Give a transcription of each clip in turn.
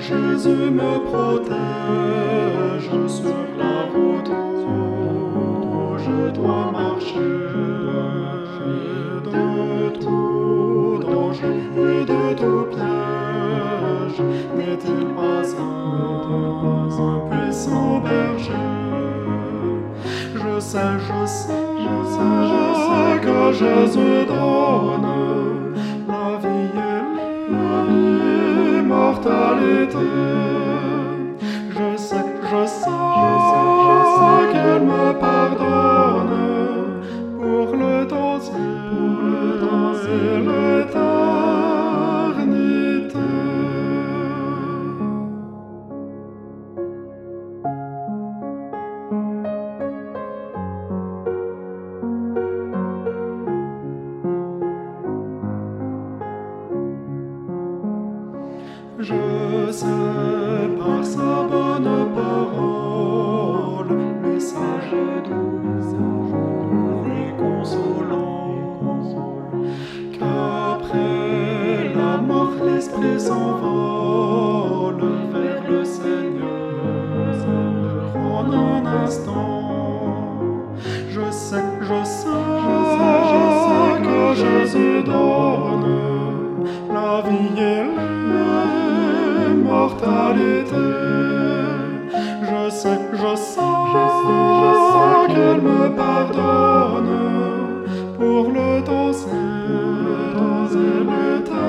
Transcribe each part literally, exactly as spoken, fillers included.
Jésus me protège sur la route où je dois marcher. De tout danger et de tout piège, n'est-il pas un puissant berger? Je sais, je sais, je sais, je sais que Jésus donne la vie et l'immortalité. Je sais, je sais, je sais, je sais qu'il me pardonne pour le temps et l'éternité. Je sais par sa bonne parole, message doux et consolant, qu'après la mort l'esprit s'envole vers le Seigneur en un instant. Je sais, je sais, je sais, je sais que Jésus donne la vie et l'immortalité. Je sais, je sais, je sais, je sais qu'il me pardonne pour le temps et l'éternité.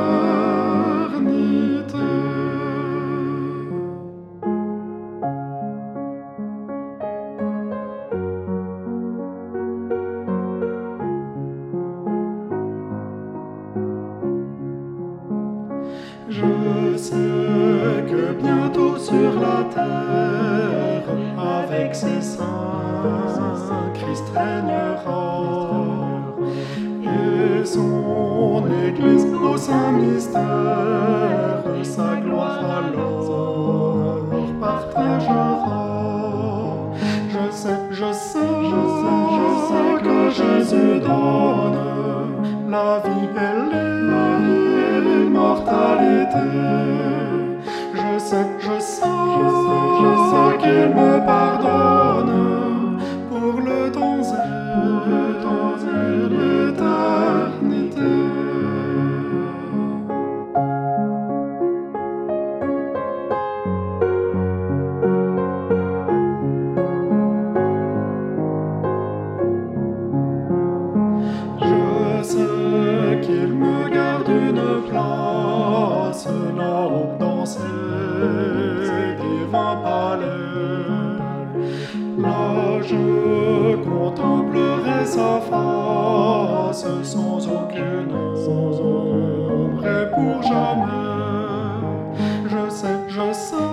Je sais que bientôt sur la terre, avec ses saints, Christ régnera, et son Église au saint mystère, sa gloire alors partagera. Je sais, je sais, je sais, je sais que Jésus donne la vie et l'immortalité. Je sais, je sais, je sais, je sais qu'il me pardonne pour le temps et le temps et l'éternité. Je sais qu'il me garde une place là-haut dans ses divins palais. Là je contemplerai sa face sans aucune ombre et pour jamais. Je sais, je sais,